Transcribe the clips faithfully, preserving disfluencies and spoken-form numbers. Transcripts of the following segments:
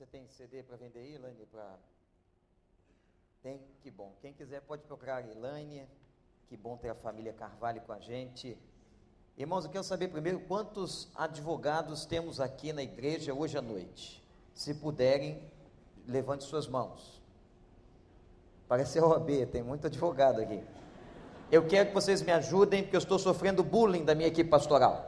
Você tem C D para vender aí, Elaine? Pra... Tem? Que bom. Quem quiser pode procurar a Elaine. Que bom ter a família Carvalho com a gente. Irmãos, eu quero saber primeiro quantos advogados temos aqui na igreja hoje à noite. Se puderem, levante suas mãos. Parece a O A B, tem muito advogado aqui. Eu quero que vocês me ajudem, porque eu estou sofrendo bullying da minha equipe pastoral.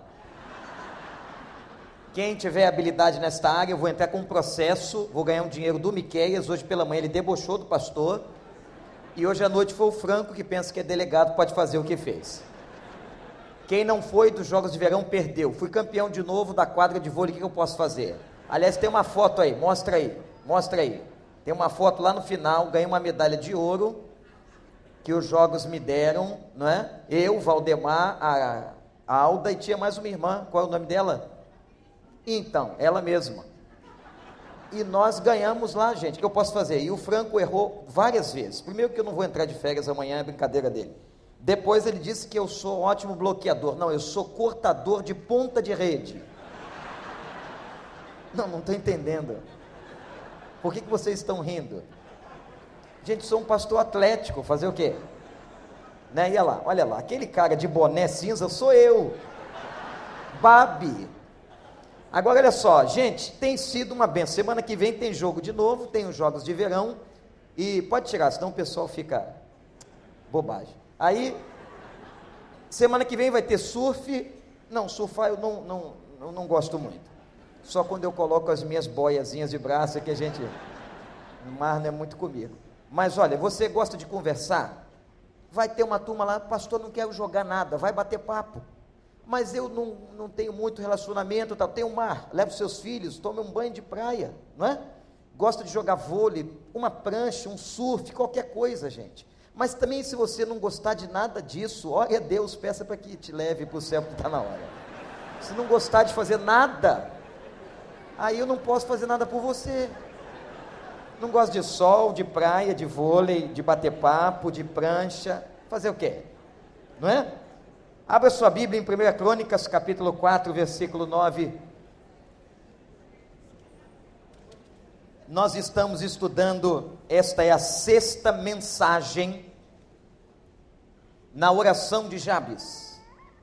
Quem tiver habilidade nesta área, eu vou entrar com um processo, vou ganhar um dinheiro do Miqueias. Hoje pela manhã ele debochou do pastor, e hoje à noite foi o Franco, que pensa que é delegado, pode fazer o que fez. Quem não foi dos Jogos de Verão, perdeu. Fui campeão de novo da quadra de vôlei, o que eu posso fazer? Aliás, tem uma foto aí, mostra aí, mostra aí. Tem uma foto lá no final, ganhei uma medalha de ouro, que os Jogos me deram, não é? Eu, Valdemar, a, a Alda, e tinha mais uma irmã, qual é o nome dela? Então, ela mesma. E nós ganhamos lá, gente, o que eu posso fazer? E o Franco errou várias vezes. Primeiro que eu não vou entrar de férias amanhã, é brincadeira dele. Depois ele disse que eu sou um ótimo bloqueador. Não, eu sou cortador de ponta de rede. Não, não estou entendendo. Por que, que vocês estão rindo? Gente, sou um pastor atlético, fazer o quê? Né? E olha lá, olha lá, aquele cara de boné cinza sou eu. Babi. Agora olha só, gente, tem sido uma benção. Semana que vem tem jogo de novo, tem os Jogos de Verão, e pode tirar, senão o pessoal fica bobagem. Aí, semana que vem vai ter surf. Não, surfar eu não, não, não, não gosto muito. Só quando eu coloco as minhas boiazinhas de braço, que a gente, o mar não é muito comigo. Mas olha, você gosta de conversar? Vai ter uma turma lá, pastor, não quero jogar nada, vai bater papo. Mas eu não, não tenho muito relacionamento, tal. Tem um mar, leva os seus filhos, tome um banho de praia, não é? Gosta de jogar vôlei, uma prancha, um surf, qualquer coisa, gente. Mas também, se você não gostar de nada disso, ore a Deus, peça para que te leve para o céu, porque está na hora. Se não gostar de fazer nada, aí eu não posso fazer nada por você. Não gosta de sol, de praia, de vôlei, de bater papo, de prancha, fazer o quê? Não é? Abra sua Bíblia em primeira Crônicas, capítulo quatro, versículo nove. Nós estamos estudando, esta é a sexta mensagem na oração de Jabes.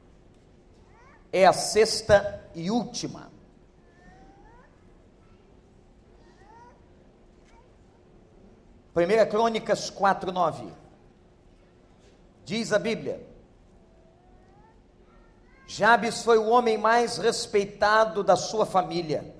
É a sexta e última. primeira Crônicas quatro, nove. Diz a Bíblia: Jabes foi o homem mais respeitado da sua família.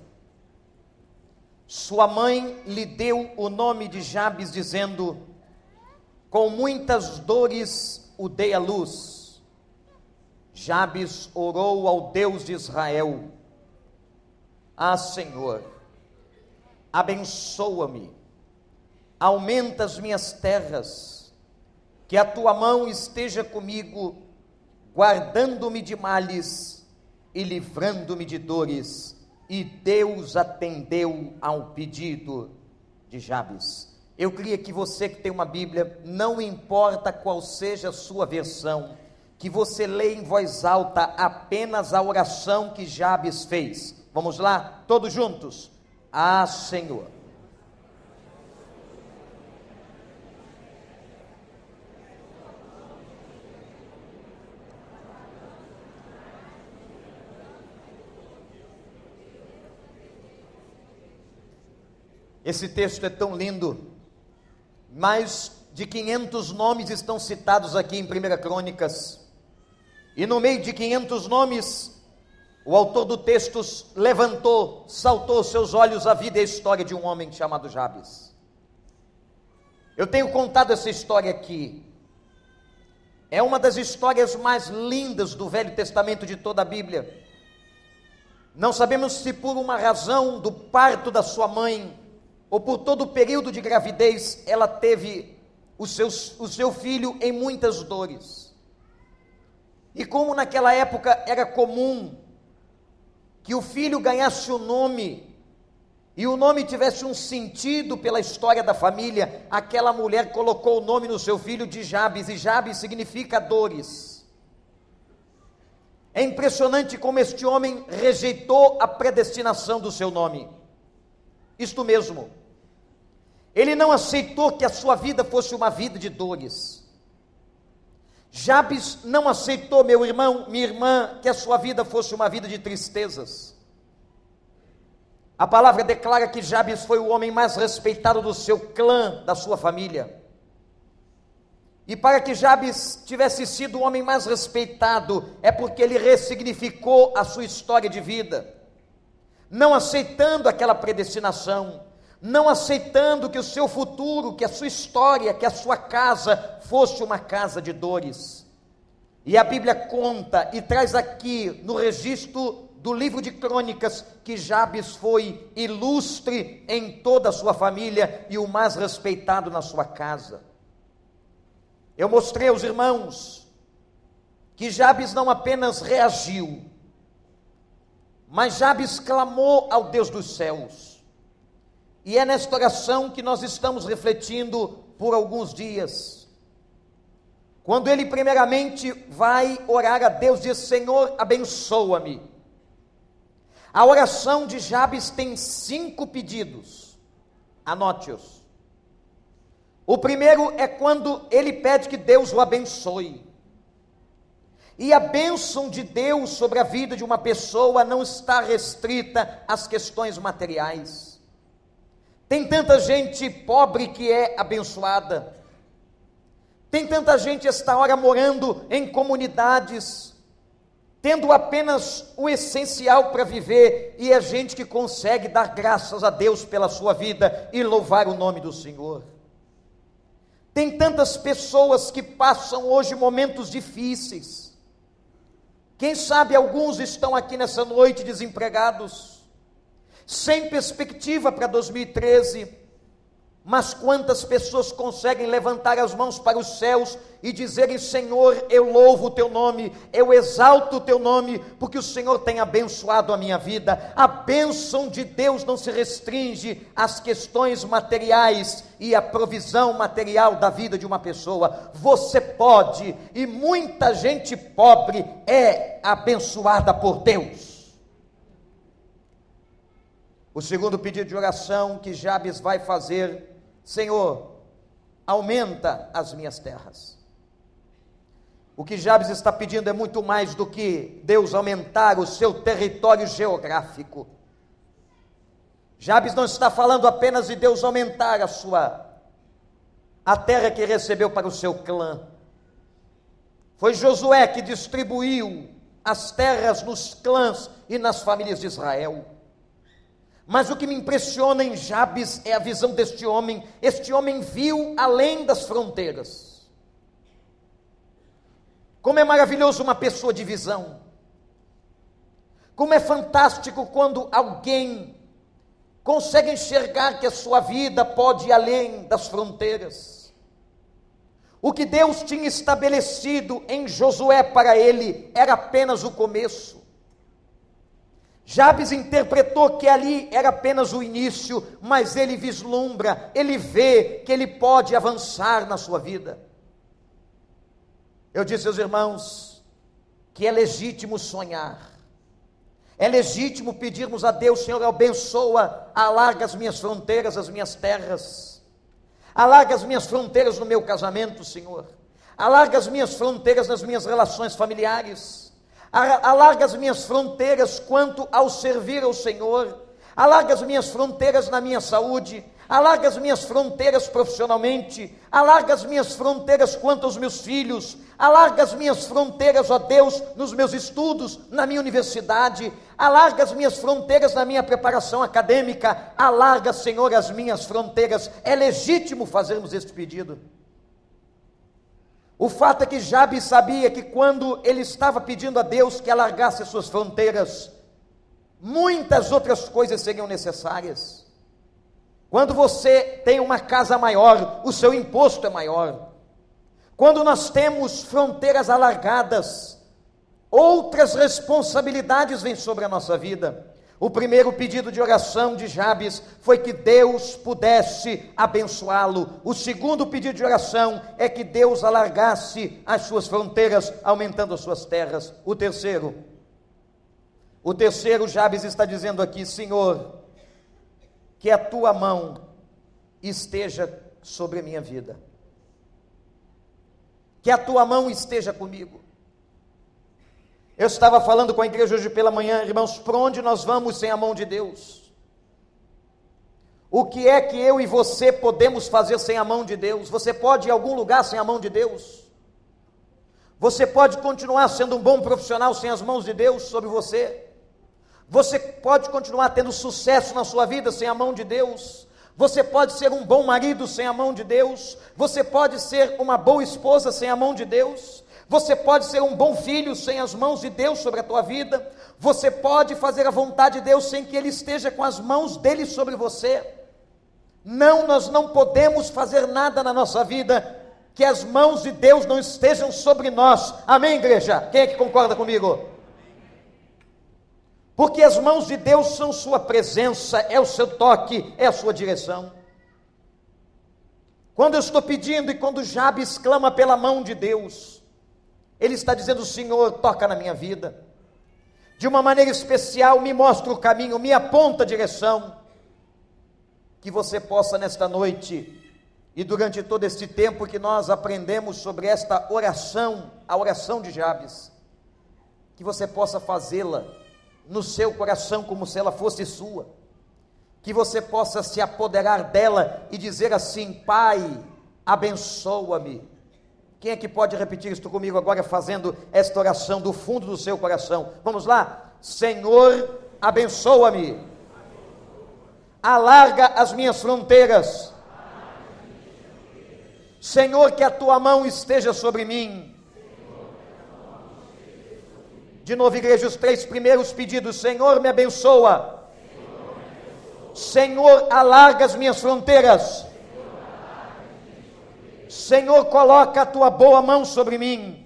Sua mãe lhe deu o nome de Jabes, dizendo: com muitas dores o dei à luz. Jabes orou ao Deus de Israel: ah, Senhor, abençoa-me, aumenta as minhas terras, que a tua mão esteja comigo, guardando-me de males e livrando-me de dores. E Deus atendeu ao pedido de Jabes. Eu queria que você que tem uma Bíblia, não importa qual seja a sua versão, que você leia em voz alta apenas a oração que Jabes fez. Vamos lá, todos juntos. Ah, Senhor, esse texto é tão lindo. Mais de quinhentos nomes estão citados aqui em primeira Crônicas, e no meio de quinhentos nomes, o autor do texto levantou, saltou seus olhos à vida e à história de um homem chamado Jabes. Eu tenho contado essa história aqui, é uma das histórias mais lindas do Velho Testamento, de toda a Bíblia. Não sabemos se por uma razão do parto da sua mãe, ou por todo o período de gravidez, ela teve o seu, o seu filho em muitas dores. E como naquela época era comum que o filho ganhasse o nome, e o nome tivesse um sentido pela história da família, aquela mulher colocou o nome no seu filho de Jabes, e Jabes significa dores. É impressionante como este homem rejeitou a predestinação do seu nome. Isto mesmo, ele não aceitou que a sua vida fosse uma vida de dores. Jabes não aceitou, meu irmão, minha irmã, que a sua vida fosse uma vida de tristezas. A palavra declara que Jabes foi o homem mais respeitado do seu clã, da sua família. E para que Jabes tivesse sido o homem mais respeitado, é porque ele ressignificou a sua história de vida, não aceitando aquela predestinação, não aceitando que o seu futuro, que a sua história, que a sua casa fosse uma casa de dores. E a Bíblia conta e traz aqui no registro do livro de Crônicas que Jabes foi ilustre em toda a sua família e o mais respeitado na sua casa. Eu mostrei aos irmãos que Jabes não apenas reagiu, mas Jabes clamou ao Deus dos céus. E é nesta oração que nós estamos refletindo por alguns dias. Quando ele primeiramente vai orar a Deus, diz: Senhor, abençoa-me. A oração de Jabes tem cinco pedidos, anote-os. O primeiro é quando ele pede que Deus o abençoe. E a bênção de Deus sobre a vida de uma pessoa não está restrita às questões materiais. Tem tanta gente pobre que é abençoada. Tem tanta gente esta hora morando em comunidades, tendo apenas o essencial para viver, e é gente que consegue dar graças a Deus pela sua vida e louvar o nome do Senhor. Tem tantas pessoas que passam hoje momentos difíceis. Quem sabe alguns estão aqui nessa noite desempregados, sem perspectiva para dois mil e treze, mas quantas pessoas conseguem levantar as mãos para os céus e dizerem: Senhor, eu louvo o teu nome, eu exalto o teu nome, porque o Senhor tem abençoado a minha vida. A bênção de Deus não se restringe às questões materiais e à provisão material da vida de uma pessoa. Você pode, e muita gente pobre é abençoada por Deus. O segundo pedido de oração que Jabes vai fazer: Senhor, aumenta as minhas terras. O que Jabes está pedindo é muito mais do que Deus aumentar o seu território geográfico. Jabes não está falando apenas de Deus aumentar a sua, a terra que recebeu para o seu clã. Foi Josué que distribuiu as terras nos clãs e nas famílias de Israel. Mas o que me impressiona em Jabes é a visão deste homem. Este homem viu além das fronteiras. Como é maravilhoso uma pessoa de visão. Como é fantástico quando alguém consegue enxergar que a sua vida pode ir além das fronteiras. O que Deus tinha estabelecido em Josué para ele era apenas o começo. Jabes interpretou que ali era apenas o início, mas ele vislumbra, ele vê que ele pode avançar na sua vida. Eu disse aos irmãos que é legítimo sonhar, é legítimo pedirmos a Deus: Senhor, abençoa, alarga as minhas fronteiras, as minhas terras, alarga as minhas fronteiras no meu casamento, Senhor, alarga as minhas fronteiras nas minhas relações familiares, alarga as minhas fronteiras quanto ao servir ao Senhor, alarga as minhas fronteiras na minha saúde, alarga as minhas fronteiras profissionalmente, alarga as minhas fronteiras quanto aos meus filhos, alarga as minhas fronteiras, ó Deus, nos meus estudos, na minha universidade, alarga as minhas fronteiras na minha preparação acadêmica, alarga, Senhor, as minhas fronteiras. É legítimo fazermos este pedido. O fato é que Jabes sabia que quando ele estava pedindo a Deus que alargasse as suas fronteiras, muitas outras coisas seriam necessárias. Quando você tem uma casa maior, o seu imposto é maior. Quando nós temos fronteiras alargadas, outras responsabilidades vêm sobre a nossa vida. O primeiro pedido de oração de Jabes foi que Deus pudesse abençoá-lo. O segundo pedido de oração é que Deus alargasse as suas fronteiras, aumentando as suas terras. O terceiro, o terceiro Jabes está dizendo aqui: Senhor, que a tua mão esteja sobre a minha vida, que a tua mão esteja comigo. Eu estava falando com a igreja hoje pela manhã, irmãos, por onde nós vamos sem a mão de Deus? O que é que eu e você podemos fazer sem a mão de Deus? Você pode ir a algum lugar sem a mão de Deus? Você pode continuar sendo um bom profissional sem as mãos de Deus sobre você? Você pode continuar tendo sucesso na sua vida sem a mão de Deus? Você pode ser um bom marido sem a mão de Deus? Você pode ser uma boa esposa sem a mão de Deus? Você pode ser um bom filho sem as mãos de Deus sobre a tua vida? Você pode fazer a vontade de Deus sem que Ele esteja com as mãos dEle sobre você? Não, nós não podemos fazer nada na nossa vida que as mãos de Deus não estejam sobre nós. Amém, igreja? Quem é que concorda comigo? Porque as mãos de Deus são sua presença, é o seu toque, é a sua direção. Quando eu estou pedindo e quando Jabes clama pela mão de Deus, ele está dizendo: Senhor, toca na minha vida, de uma maneira especial, me mostra o caminho, me aponta a direção. Que você possa nesta noite e durante todo este tempo que nós aprendemos sobre esta oração, a oração de Jabes, que você possa fazê-la no seu coração como se ela fosse sua, que você possa se apoderar dela e dizer assim: Pai, abençoa-me. Quem é que pode repetir isto comigo agora, fazendo esta oração do fundo do seu coração? Vamos lá? Senhor, abençoa-me. Alarga as minhas fronteiras. Senhor, que a tua mão esteja sobre mim. De novo, igreja, os três primeiros pedidos: Senhor, me abençoa. Senhor, alarga as minhas fronteiras. Senhor, coloca a tua boa mão sobre mim.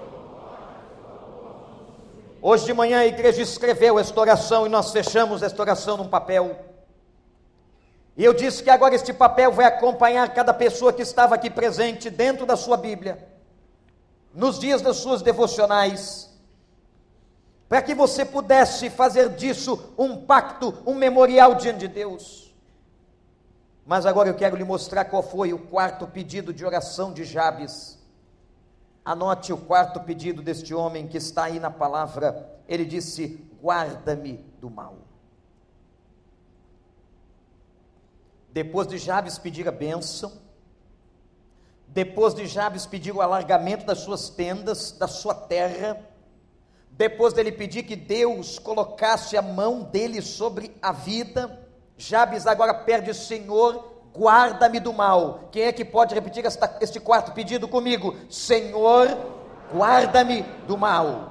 Hoje de manhã a igreja escreveu esta oração e nós fechamos esta oração num papel. E eu disse que agora este papel vai acompanhar cada pessoa que estava aqui presente dentro da sua Bíblia, nos dias das suas devocionais, para que você pudesse fazer disso um pacto, um memorial diante de Deus. Mas agora eu quero lhe mostrar qual foi o quarto pedido de oração de Jabes. Anote o quarto pedido deste homem que está aí na palavra. Ele disse: guarda-me do mal. Depois de Jabes pedir a bênção, depois de Jabes pedir o alargamento das suas tendas, da sua terra, depois dele pedir que Deus colocasse a mão dele sobre a vida, Jabes agora pede: Senhor, guarda-me do mal. Quem é que pode repetir esta, este quarto pedido comigo? Senhor, guarda-me do mal.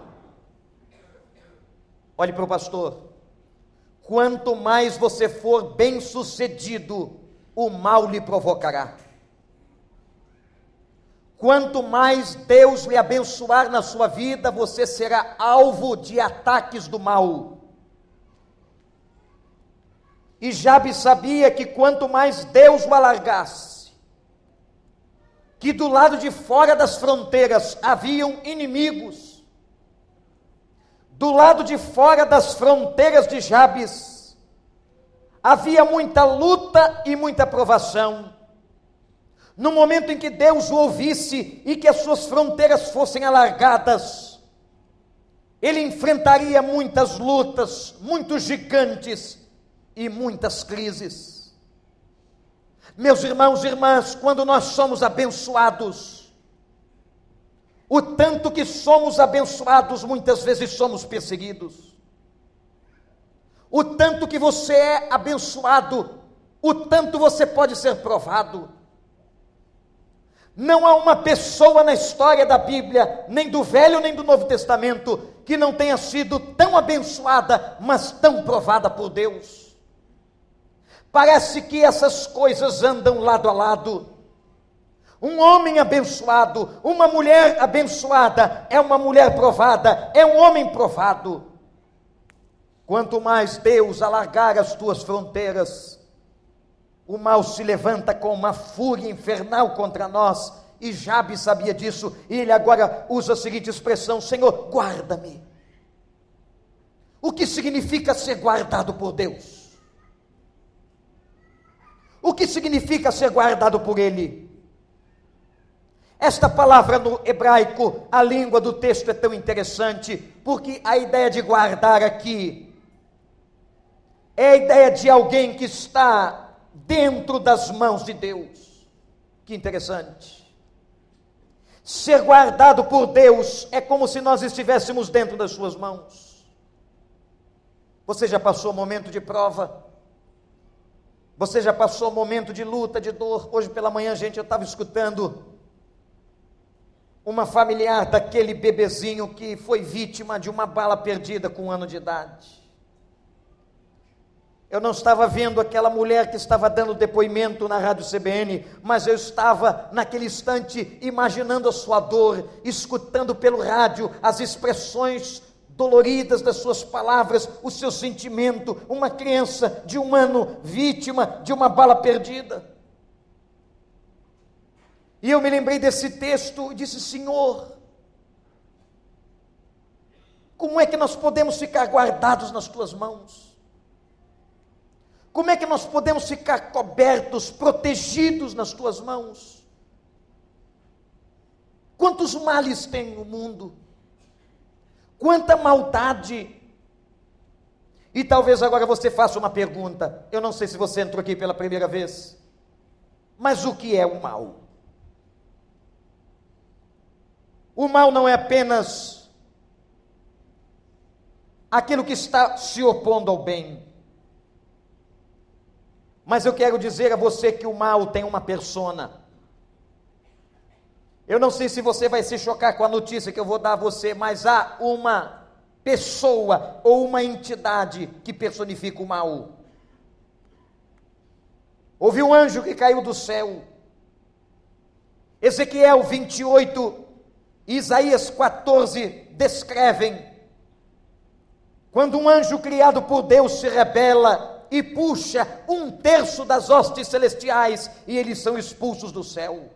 Olhe para o pastor. Quanto mais você for bem sucedido, o mal lhe provocará. Quanto mais Deus lhe abençoar na sua vida, você será alvo de ataques do mal. E Jabes sabia que quanto mais Deus o alargasse, que do lado de fora das fronteiras haviam inimigos, do lado de fora das fronteiras de Jabes, havia muita luta e muita provação. No momento em que Deus o ouvisse e que as suas fronteiras fossem alargadas, ele enfrentaria muitas lutas, muitos gigantes e muitas crises. Meus irmãos e irmãs, quando nós somos abençoados, o tanto que somos abençoados, muitas vezes somos perseguidos. O tanto que você é abençoado, o tanto você pode ser provado. Não há uma pessoa na história da Bíblia, nem do Velho nem do Novo Testamento, que não tenha sido tão abençoada, mas tão provada por Deus. Parece que essas coisas andam lado a lado. Um homem abençoado, uma mulher abençoada, é uma mulher provada, é um homem provado. Quanto mais Deus alargar as tuas fronteiras, o mal se levanta com uma fúria infernal contra nós, e Jabes sabia disso, e ele agora usa a seguinte expressão: Senhor, guarda-me. O que significa ser guardado por Deus? que significa ser guardado por Ele? Esta palavra no hebraico, a língua do texto é tão interessante, porque a ideia de guardar aqui é a ideia de alguém que está dentro das mãos de Deus. Que interessante. Ser guardado por Deus é como se nós estivéssemos dentro das suas mãos. Você já passou um momento de prova? Você já passou um momento de luta, de dor? Hoje pela manhã, gente, eu estava escutando uma familiar daquele bebezinho que foi vítima de uma bala perdida com um ano de idade. Eu não estava vendo aquela mulher que estava dando depoimento na Rádio C B N, mas eu estava naquele instante imaginando a sua dor, escutando pelo rádio as expressões doloridas das suas palavras, o seu sentimento, uma criança de um ano vítima de uma bala perdida. E eu me lembrei desse texto e disse: Senhor, como é que nós podemos ficar guardados nas tuas mãos? Como é que nós podemos ficar cobertos, protegidos nas tuas mãos? Quantos males tem no mundo? Quanta maldade! E talvez agora você faça uma pergunta. Eu não sei se você entrou aqui pela primeira vez, mas o que é o mal? O mal não é apenas aquilo que está se opondo ao bem. Mas eu quero dizer a você que o mal tem uma persona. Eu não sei se você vai se chocar com a notícia que eu vou dar a você, mas há uma pessoa ou uma entidade que personifica o mal. Houve um anjo que caiu do céu. Ezequiel vinte e oito e Isaías quatorze descrevem quando um anjo criado por Deus se rebela e puxa um terço das hostes celestiais, e eles são expulsos do céu.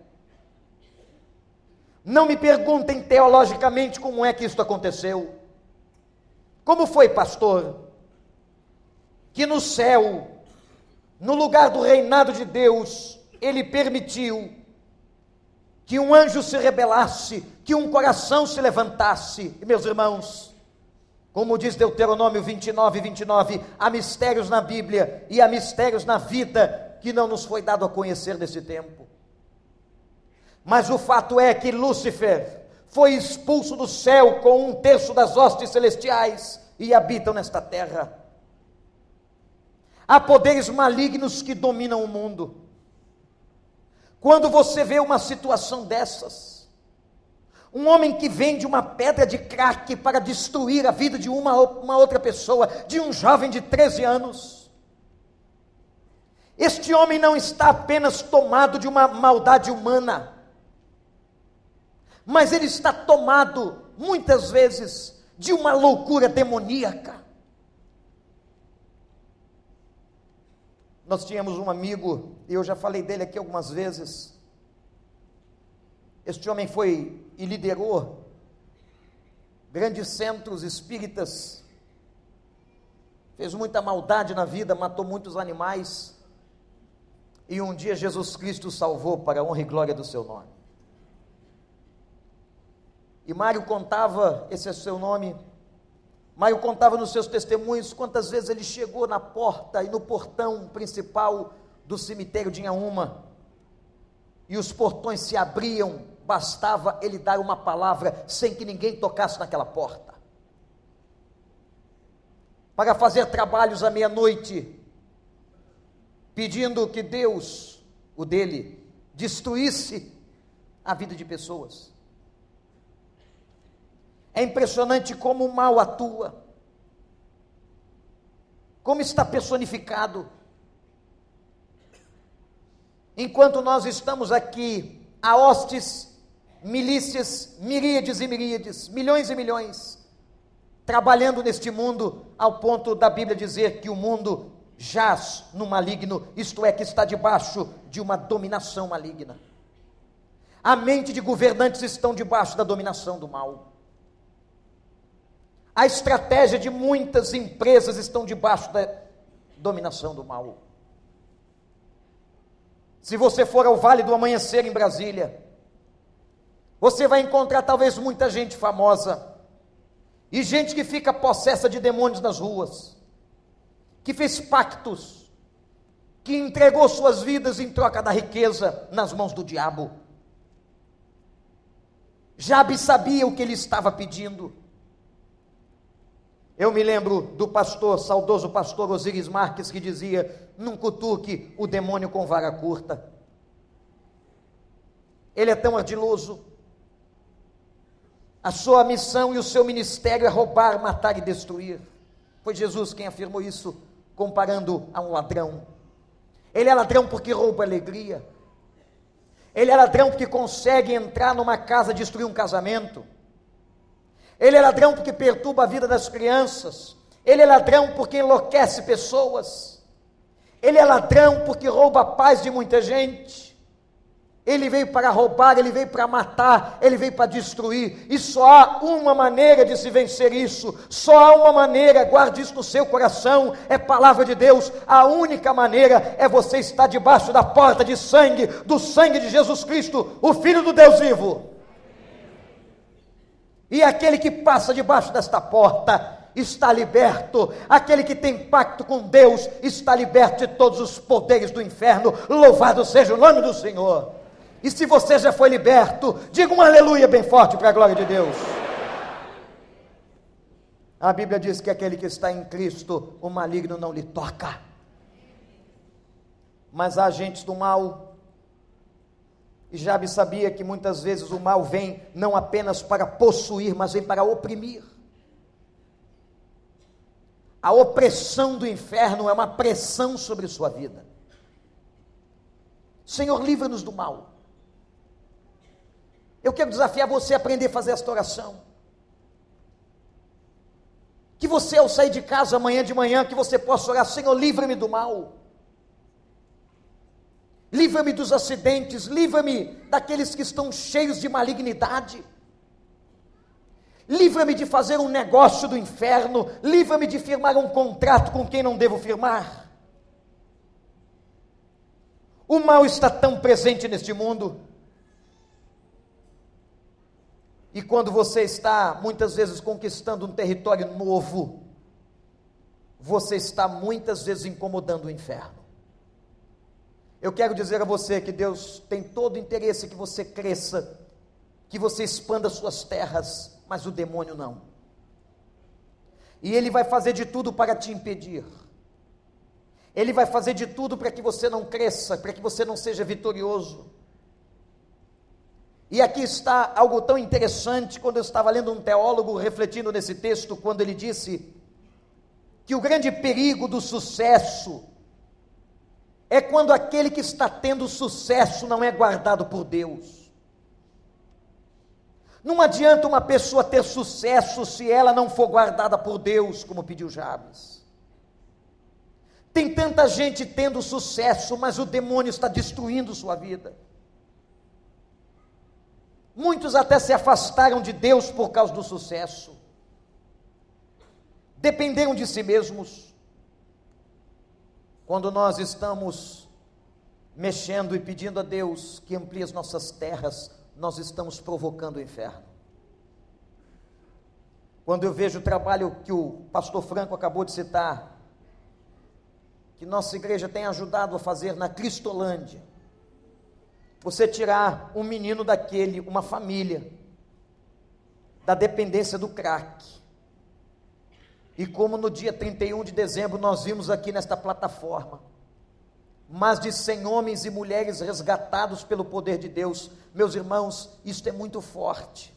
Não me perguntem teologicamente como é que isso aconteceu. Como foi, pastor, que no céu, no lugar do reinado de Deus, ele permitiu que um anjo se rebelasse, que um coração se levantasse? E meus irmãos, como diz Deuteronômio vinte e nove, vinte e nove, há mistérios na Bíblia e há mistérios na vida que não nos foi dado a conhecer nesse tempo. Mas o fato é que Lúcifer foi expulso do céu com um terço das hostes celestiais e habitam nesta terra. Há poderes malignos que dominam o mundo. Quando você vê uma situação dessas, um homem que vende uma pedra de crack para destruir a vida de uma, uma outra pessoa, de um jovem de treze anos. Este homem não está apenas tomado de uma maldade humana, mas ele está tomado, muitas vezes, de uma loucura demoníaca. Nós tínhamos um amigo, e eu já falei dele aqui algumas vezes. Este homem foi e liderou grandes centros espíritas, fez muita maldade na vida, matou muitos animais, e um dia Jesus Cristo o salvou para a honra e glória do seu nome. E Mário contava, esse é o seu nome, Mário contava nos seus testemunhos quantas vezes ele chegou na porta e no portão principal do cemitério de Inhaúma, e os portões se abriam, bastava ele dar uma palavra sem que ninguém tocasse naquela porta. Para fazer trabalhos à meia-noite, pedindo que Deus, o dele, destruísse a vida de pessoas. É impressionante como o mal atua, como está personificado. Enquanto nós estamos aqui, há hostes, milícias, miríades e miríades, milhões e milhões, trabalhando neste mundo, ao ponto da Bíblia dizer que o mundo jaz no maligno, isto é, que está debaixo de uma dominação maligna. A mente de governantes estão debaixo da dominação do mal. A estratégia de muitas empresas estão debaixo da dominação do mal. Se você for ao Vale do Amanhecer em Brasília, você vai encontrar talvez muita gente famosa, e gente que fica possessa de demônios nas ruas, que fez pactos, que entregou suas vidas em troca da riqueza nas mãos do diabo. Jabe sabia o que ele estava pedindo. Eu me lembro do pastor, saudoso pastor Osíris Marques, que dizia: não cutuque o demônio com vara curta. Ele é tão ardiloso. A sua missão e o seu ministério é roubar, matar e destruir. Foi Jesus quem afirmou isso, comparando a um ladrão. Ele é ladrão porque rouba alegria. Ele é ladrão porque consegue entrar numa casa e destruir um casamento. Ele é ladrão porque perturba a vida das crianças. Ele é ladrão porque enlouquece pessoas. Ele é ladrão porque rouba a paz de muita gente. Ele veio para roubar, ele veio para matar, ele veio para destruir. E só há uma maneira de se vencer isso. Só há uma maneira, guarde isso no seu coração, é palavra de Deus. A única maneira é você estar debaixo da porta de sangue, do sangue de Jesus Cristo, o Filho do Deus vivo. E aquele que passa debaixo desta porta está liberto. Aquele que tem pacto com Deus está liberto de todos os poderes do inferno. Louvado seja o nome do Senhor. E se você já foi liberto, diga um aleluia bem forte para a glória de Deus. A Bíblia diz que aquele que está em Cristo, o maligno não lhe toca. Mas há agentes do mal. E Jabe sabia que muitas vezes o mal vem não apenas para possuir, mas vem para oprimir. A opressão do inferno é uma pressão sobre sua vida. Senhor, livra-nos do mal. Eu quero desafiar você a aprender a fazer esta oração. Que você, ao sair de casa amanhã de manhã, que você possa orar: Senhor, livra-me do mal. Livra-me dos acidentes, livra-me daqueles que estão cheios de malignidade. Livra-me de fazer um negócio do inferno, livra-me de firmar um contrato com quem não devo firmar. O mal está tão presente neste mundo. E quando você está muitas vezes conquistando um território novo, você está muitas vezes incomodando o inferno. Eu quero dizer a você que Deus tem todo o interesse que você cresça, que você expanda suas terras, mas o demônio não. E ele vai fazer de tudo para te impedir. Ele vai fazer de tudo para que você não cresça, para que você não seja vitorioso. E aqui está algo tão interessante, quando eu estava lendo um teólogo refletindo nesse texto, quando ele disse que o grande perigo do sucesso é quando aquele que está tendo sucesso não é guardado por Deus. Não adianta uma pessoa ter sucesso se ela não for guardada por Deus, como pediu Jabes. Tem tanta gente tendo sucesso, mas o demônio está destruindo sua vida. Muitos até se afastaram de Deus por causa do sucesso. Dependeram de si mesmos. Quando nós estamos mexendo e pedindo a Deus que amplie as nossas terras, nós estamos provocando o inferno. Quando eu vejo o trabalho que o pastor Franco acabou de citar, que nossa igreja tem ajudado a fazer na Cristolândia, você tirar um menino daquele, uma família, da dependência do crack, e como no dia trinta e um de dezembro nós vimos aqui nesta plataforma, mais de cem homens e mulheres resgatados pelo poder de Deus. Meus irmãos, isto é muito forte.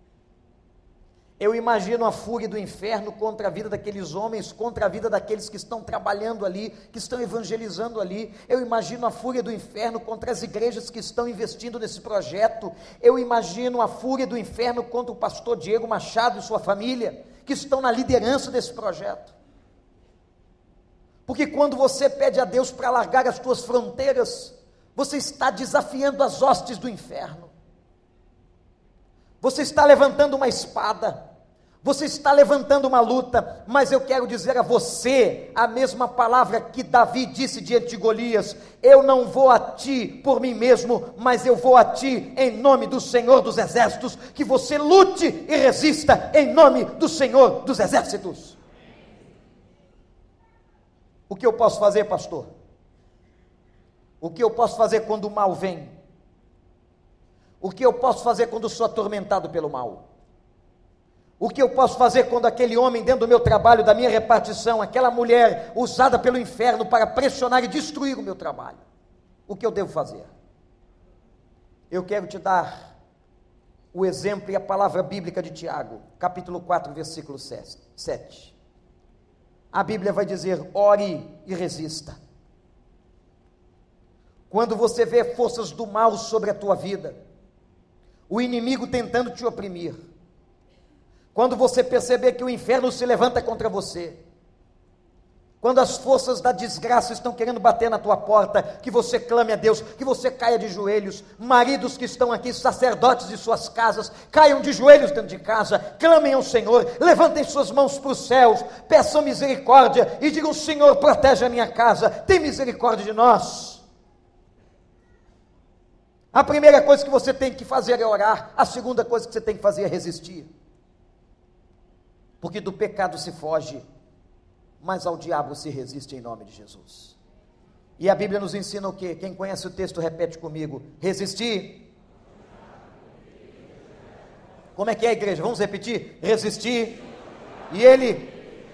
Eu imagino a fúria do inferno contra a vida daqueles homens, contra a vida daqueles que estão trabalhando ali, que estão evangelizando ali. Eu imagino a fúria do inferno contra as igrejas que estão investindo nesse projeto. Eu imagino a fúria do inferno contra o pastor Diego Machado e sua família, que estão na liderança desse projeto. Porque quando você pede a Deus para largar as tuas fronteiras, você está desafiando as hostes do inferno. Você está levantando uma espada, Você está levantando uma luta, mas eu quero dizer a você a mesma palavra que Davi disse diante de Golias: eu não vou a ti por mim mesmo, mas eu vou a ti em nome do Senhor dos Exércitos. Que você lute e resista em nome do Senhor dos Exércitos. O que eu posso fazer, pastor? O que eu posso fazer quando o mal vem? O que eu posso fazer quando sou atormentado pelo mal? O que eu posso fazer quando aquele homem dentro do meu trabalho, da minha repartição, aquela mulher usada pelo inferno para pressionar e destruir o meu trabalho? O que eu devo fazer? Eu quero te dar o exemplo e a palavra bíblica de Tiago, capítulo quatro, versículo sete. A Bíblia vai dizer: ore e resista. Quando você vê forças do mal sobre a tua vida, o inimigo tentando te oprimir, quando você perceber que o inferno se levanta contra você, quando as forças da desgraça estão querendo bater na tua porta, que você clame a Deus, que você caia de joelhos. Maridos que estão aqui, sacerdotes de suas casas, caiam de joelhos dentro de casa, clamem ao Senhor, levantem suas mãos para os céus, peçam misericórdia e digam: Senhor, protege a minha casa, tem misericórdia de nós. A primeira coisa que você tem que fazer é orar, a segunda coisa que você tem que fazer é resistir. Porque do pecado se foge, mas ao diabo se resiste em nome de Jesus. E a Bíblia nos ensina o quê? Quem conhece o texto repete comigo: resistir. Como é que é, igreja? Vamos repetir? Resistir. E ele?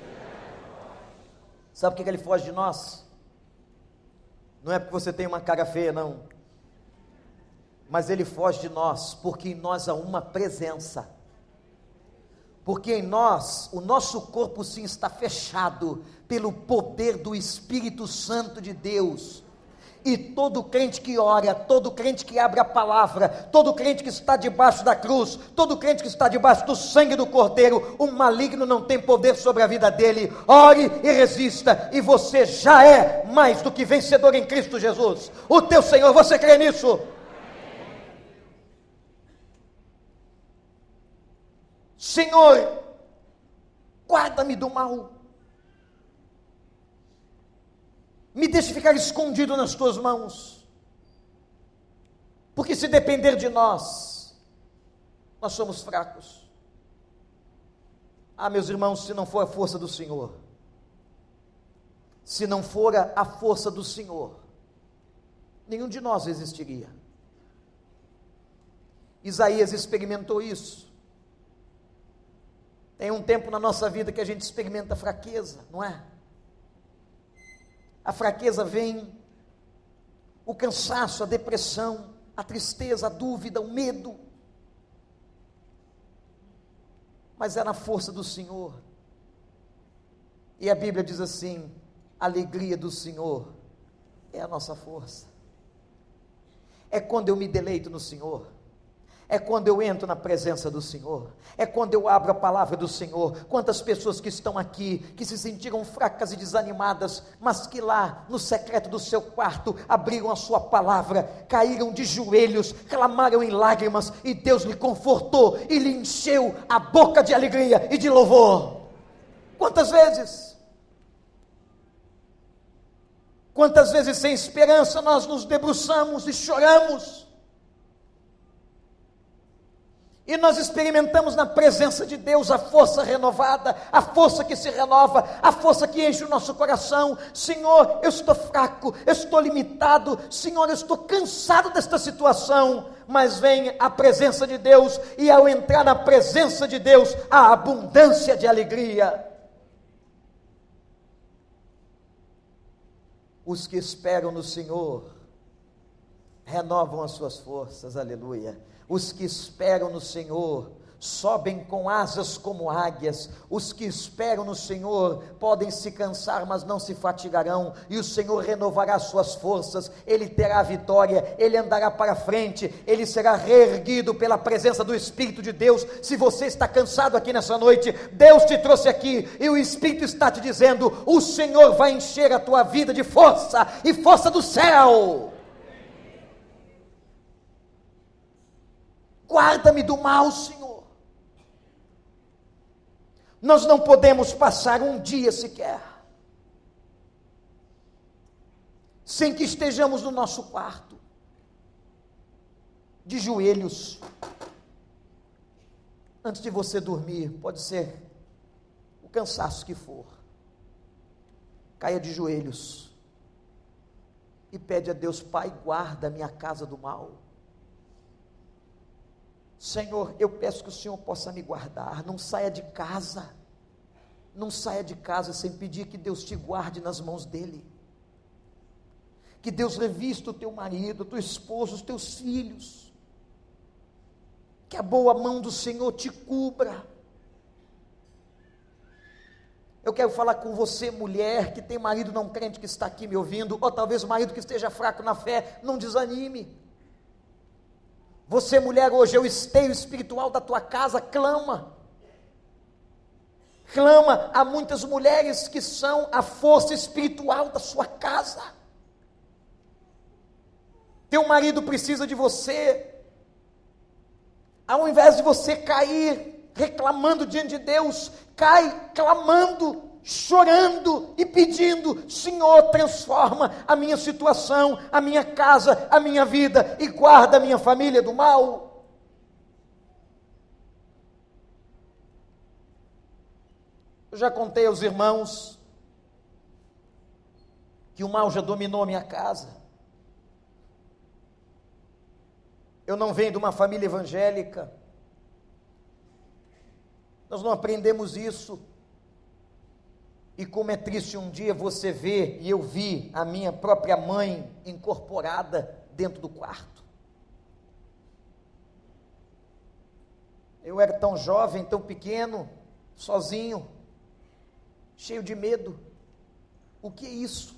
Sabe por que ele foge de nós? Não é porque você tem uma cara feia, não. Mas ele foge de nós porque em nós há uma presença. Porque em nós, o nosso corpo sim está fechado pelo poder do Espírito Santo de Deus. E todo crente que ora, todo crente que abre a palavra, todo crente que está debaixo da cruz, todo crente que está debaixo do sangue do Cordeiro, o maligno não tem poder sobre a vida dele. Ore e resista, e você já é mais do que vencedor em Cristo Jesus, o teu Senhor. Você crê nisso? Senhor, guarda-me do mal, me deixe ficar escondido nas tuas mãos, porque se depender de nós, nós somos fracos. Ah, meus irmãos, se não for a força do Senhor, se não for a força do Senhor, nenhum de nós existiria. Isaías experimentou isso. Tem um tempo na nossa vida que a gente experimenta fraqueza, não é? A fraqueza vem, o cansaço, a depressão, a tristeza, a dúvida, o medo. Mas é na força do Senhor. E a Bíblia diz assim: a alegria do Senhor é a nossa força. É quando eu me deleito no Senhor. É quando eu entro na presença do Senhor, é quando eu abro a palavra do Senhor. Quantas pessoas que estão aqui, que se sentiram fracas e desanimadas, mas que lá no secreto do seu quarto, abriram a sua palavra, caíram de joelhos, clamaram em lágrimas, e Deus lhe confortou, e lhe encheu a boca de alegria e de louvor. Quantas vezes? Quantas vezes sem esperança nós nos debruçamos e choramos, e nós experimentamos na presença de Deus a força renovada, a força que se renova, a força que enche o nosso coração. Senhor, eu estou fraco, eu estou limitado, Senhor, eu estou cansado desta situação, mas vem a presença de Deus, e ao entrar na presença de Deus, há abundância de alegria. Os que esperam no Senhor renovam as suas forças, aleluia. Os que esperam no Senhor sobem com asas como águias. Os que esperam no Senhor podem se cansar, mas não se fatigarão, e o Senhor renovará suas forças. Ele terá a vitória, ele andará para frente, ele será reerguido pela presença do Espírito de Deus. Se você está cansado aqui nessa noite, Deus te trouxe aqui, e o Espírito está te dizendo: o Senhor vai encher a tua vida de força, e força do céu. Guarda-me do mal, Senhor. Nós não podemos passar um dia sequer sem que estejamos no nosso quarto, de joelhos, antes de você dormir. Pode ser o cansaço que for, caia de joelhos e pede a Deus: Pai, guarda a minha casa do mal. Senhor, eu peço que o Senhor possa me guardar. Não saia de casa, não saia de casa sem pedir que Deus te guarde nas mãos dEle. Que Deus revista o teu marido, a tua esposa, os teus filhos. Que a boa mão do Senhor te cubra. Eu quero falar com você, mulher, que tem marido não crente que está aqui me ouvindo, ou talvez marido que esteja fraco na fé. Não desanime. Você, mulher, hoje é o esteio espiritual da tua casa. Clama. Clama a muitas mulheres que são a força espiritual da sua casa. Teu marido precisa de você. Ao invés de você cair reclamando diante de Deus, cai clamando, chorando e pedindo: Senhor, transforma a minha situação, a minha casa, a minha vida, e guarda a minha família do mal. Eu já contei aos irmãos que o mal já dominou a minha casa. Eu não venho de uma família evangélica, nós não aprendemos isso. E como é triste um dia você ver, e eu vi a minha própria mãe incorporada dentro do quarto. Eu era tão jovem, tão pequeno, sozinho, cheio de medo. O que é isso?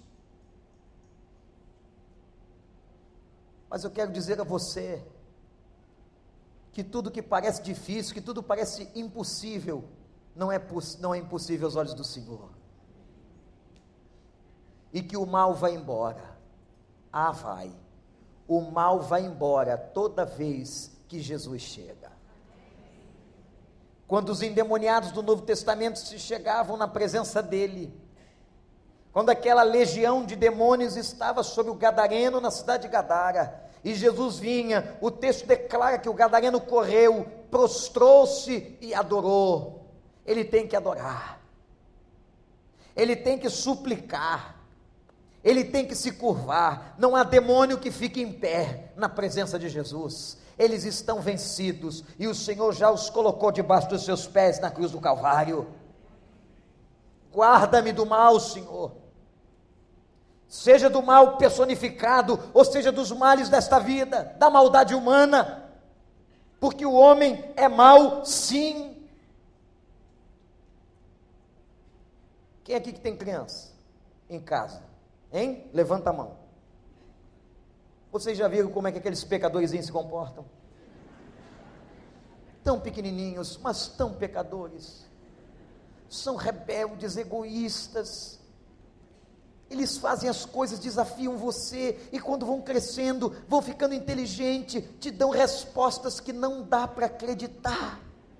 Mas eu quero dizer a você que tudo que parece difícil, que tudo parece impossível, não é, não é impossível aos olhos do Senhor. E que o mal vai embora. Ah, vai. O mal vai embora toda vez que Jesus chega. Quando os endemoniados do Novo Testamento se chegavam na presença dele, quando aquela legião de demônios estava sobre o gadareno na cidade de Gadara, e Jesus vinha, o texto declara que o gadareno correu, prostrou-se e adorou. Ele tem que adorar, ele tem que suplicar, ele tem que se curvar. Não há demônio que fique em pé na presença de Jesus. Eles estão vencidos, e o Senhor já os colocou debaixo dos seus pés na cruz do Calvário. Guarda-me do mal, Senhor, seja do mal personificado, ou seja dos males desta vida, da maldade humana, porque o homem é mau, sim. Quem aqui que tem criança em casa, hein? Levanta a mão. Vocês já viram como é que aqueles pecadorzinhos se comportam? Tão pequenininhos, mas tão pecadores, são rebeldes, egoístas. Eles fazem as coisas, desafiam você, e quando vão crescendo, vão ficando inteligentes, te dão respostas que não dá para acreditar,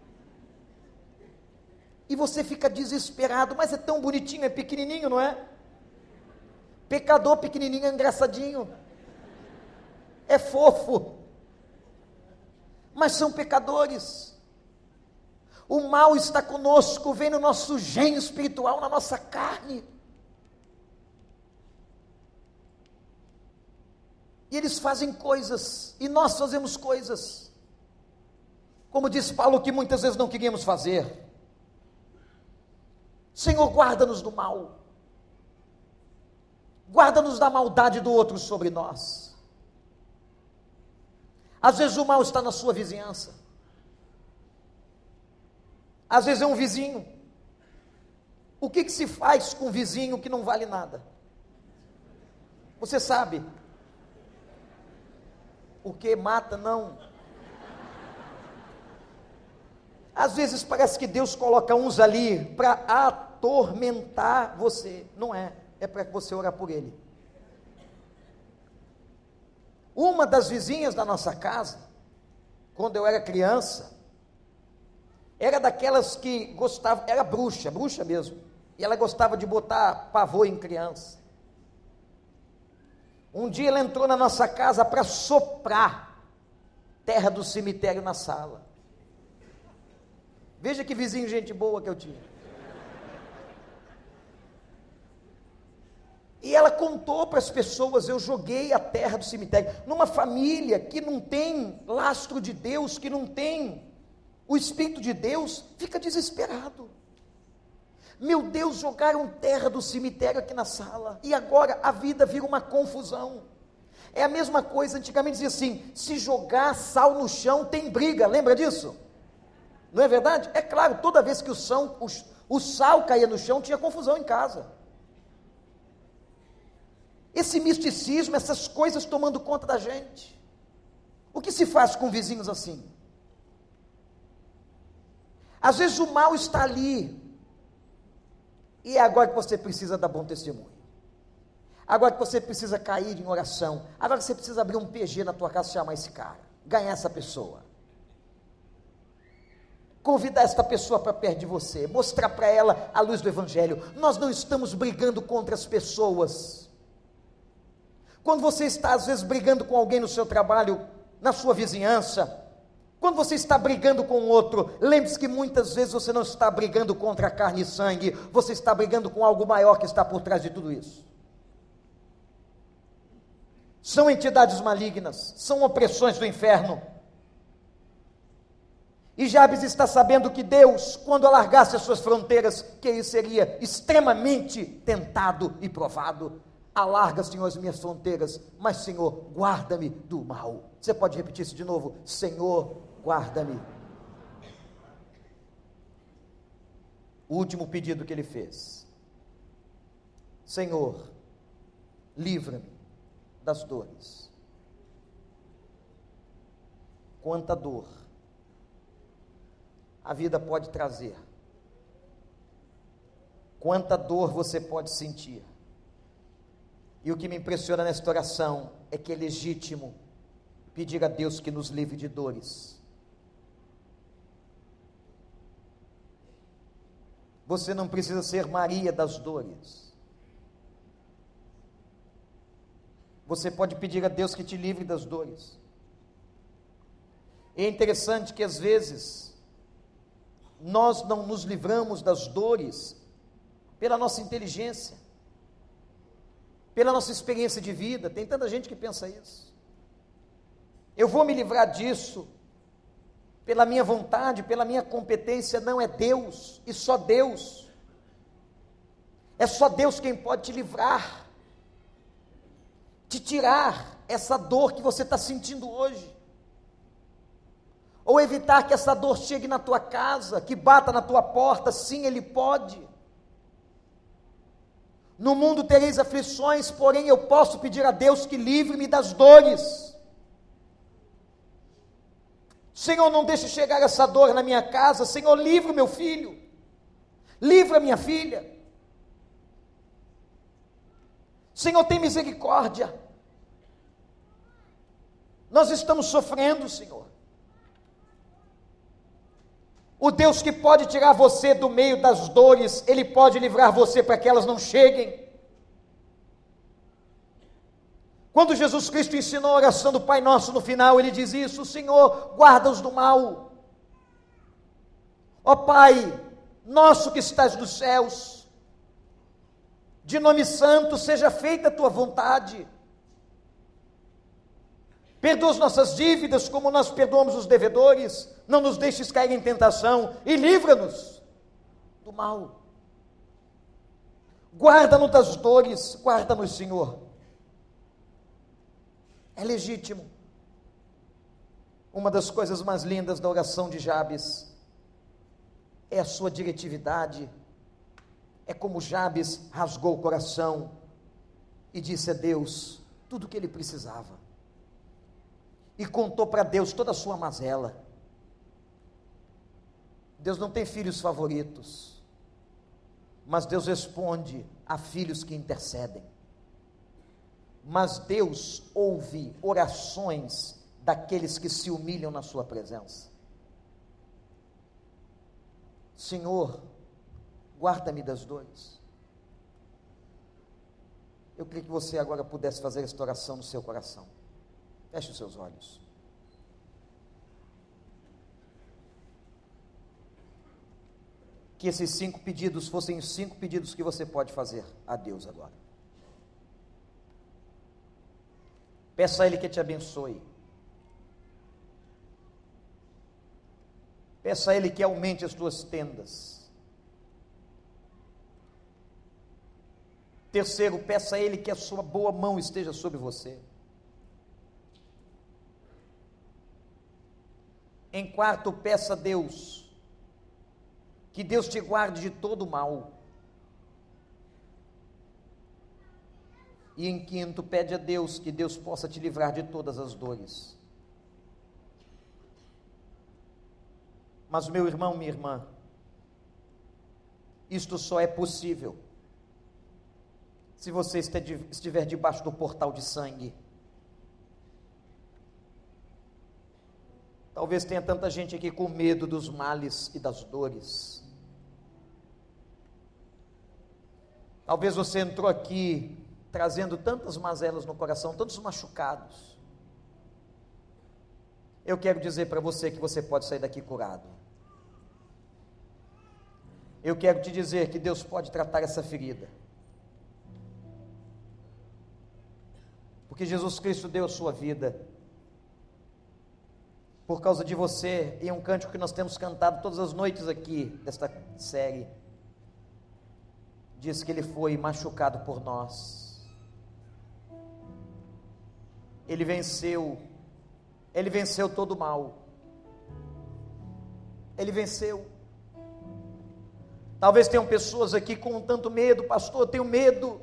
e você fica desesperado. Mas é tão bonitinho, é pequenininho, não é? Pecador pequenininho é engraçadinho, é fofo, mas são pecadores. O mal está conosco, vem no nosso gênio espiritual, na nossa carne. E eles fazem coisas, e nós fazemos coisas, como diz Paulo, que muitas vezes não queríamos fazer. Senhor, guarda-nos do mal, guarda-nos da maldade do outro sobre nós. Às vezes o mal está na sua vizinhança, às vezes é um vizinho. O que, que se faz com um vizinho que não vale nada? Você sabe? O que mata, não. Às vezes parece que Deus coloca uns ali para atormentar você. Não é, é para você orar por ele. Uma das vizinhas da nossa casa, quando eu era criança, era daquelas que gostava, era bruxa, bruxa mesmo, e ela gostava de botar pavor em criança. Um dia ela entrou na nossa casa para soprar terra do cemitério na sala. Veja que vizinho gente boa que eu tinha. E ela contou para as pessoas: eu joguei a terra do cemitério. Numa família que não tem lastro de Deus, que não tem o Espírito de Deus, fica desesperado. Meu Deus, jogaram terra do cemitério aqui na sala, e agora a vida vira uma confusão. É a mesma coisa, antigamente dizia assim: se jogar sal no chão tem briga, lembra disso? Não é verdade? É claro, toda vez que o, sal, o, o sal caía no chão, tinha confusão em casa. Esse misticismo, essas coisas tomando conta da gente. O que se faz com vizinhos assim? Às vezes o mal está ali, e é agora que você precisa dar bom testemunho. Agora que você precisa cair em oração. Agora que você precisa abrir um P G na tua casa e chamar esse cara, ganhar essa pessoa, convidar esta pessoa para perto de você, mostrar para ela a luz do Evangelho. Nós não estamos brigando contra as pessoas. Quando você está às vezes brigando com alguém no seu trabalho, na sua vizinhança, quando você está brigando com outro, lembre-se que muitas vezes você não está brigando contra carne e sangue, você está brigando com algo maior que está por trás de tudo isso. São entidades malignas, são opressões do inferno. E Jabes está sabendo que Deus, quando alargasse as suas fronteiras, que ele seria extremamente tentado e provado. Alarga, Senhor, as minhas fronteiras, mas, Senhor, guarda-me do mal. Você pode repetir isso de novo? Senhor, guarda-me. O último pedido que ele fez: Senhor, livra-me das dores. Quanta dor a vida pode trazer, quanta dor você pode sentir. E o que me impressiona nesta oração é que é legítimo pedir a Deus que nos livre de dores. Você não precisa ser Maria das dores. Você pode pedir a Deus que te livre das dores. É interessante que às vezes nós não nos livramos das dores pela nossa inteligência, pela nossa experiência de vida. Tem tanta gente que pensa isso. Eu vou me livrar disso pela minha vontade, pela minha competência. Não, é Deus, e só Deus. É só Deus quem pode te livrar, te tirar essa dor que você está sentindo hoje, ou evitar que essa dor chegue na tua casa, que bata na tua porta. Sim, Ele pode. No mundo tereis aflições, porém eu posso pedir a Deus que livre-me das dores. Senhor, não deixe chegar essa dor na minha casa. Senhor, livra o meu filho, livra a minha filha. Senhor, tem misericórdia. Nós estamos sofrendo, Senhor. O Deus que pode tirar você do meio das dores, Ele pode livrar você para que elas não cheguem. Quando Jesus Cristo ensinou a oração do Pai Nosso no final, Ele diz isso: Senhor, guarda-os do mal. Ó Pai, nosso que estás nos céus, de nome santo, seja feita a Tua vontade. Perdoa as nossas dívidas como nós perdoamos os devedores. Não nos deixes cair em tentação e livra-nos do mal. Guarda-nos das dores, guarda-nos, Senhor. É legítimo. Uma das coisas mais lindas da oração de Jabes é a sua diretividade. É como Jabes rasgou o coração e disse a Deus tudo o que ele precisava. E contou para Deus toda a sua mazela. Deus não tem filhos favoritos, mas Deus responde a filhos que intercedem. Mas Deus ouve orações daqueles que se humilham na sua presença. Senhor, guarda-me das dores. Eu queria que você agora pudesse fazer esta oração no seu coração. Feche os seus olhos. Que esses cinco pedidos fossem os cinco pedidos que você pode fazer a Deus agora. Peça a Ele que te abençoe. Peça a Ele que aumente as tuas tendas. Terceiro, peça a Ele que a sua boa mão esteja sobre você. Em quarto, peça a Deus que Deus te guarde de todo mal. E em quinto, pede a Deus que Deus possa te livrar de todas as dores. Mas, meu irmão, minha irmã, isto só é possível se você estiver debaixo do portal de sangue. Talvez tenha tanta gente aqui com medo dos males e das dores. Talvez você entrou aqui trazendo tantas mazelas no coração, tantos machucados. Eu quero dizer para você que você pode sair daqui curado. Eu quero te dizer que Deus pode tratar essa ferida. Porque Jesus Cristo deu a sua vida por causa de você, em um cântico que nós temos cantado todas as noites aqui desta série. Diz que Ele foi machucado por nós. Ele venceu, Ele venceu todo o mal. Ele venceu. Talvez tenham pessoas aqui com tanto medo, pastor, eu tenho medo.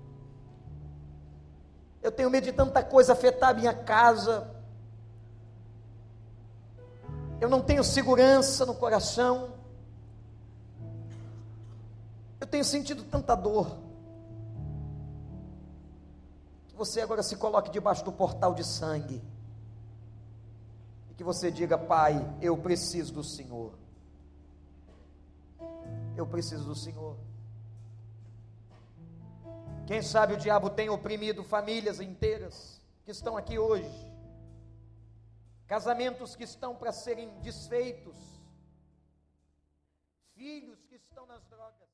Eu tenho medo de tanta coisa afetar a minha casa. Eu não tenho segurança no coração. Eu tenho sentido tanta dor. Que você agora se coloque debaixo do portal de sangue. E que você diga: Pai, eu preciso do Senhor. Eu preciso do Senhor. Quem sabe o diabo tem oprimido famílias inteiras que estão aqui hoje. Casamentos que estão para serem desfeitos. Filhos que estão nas drogas.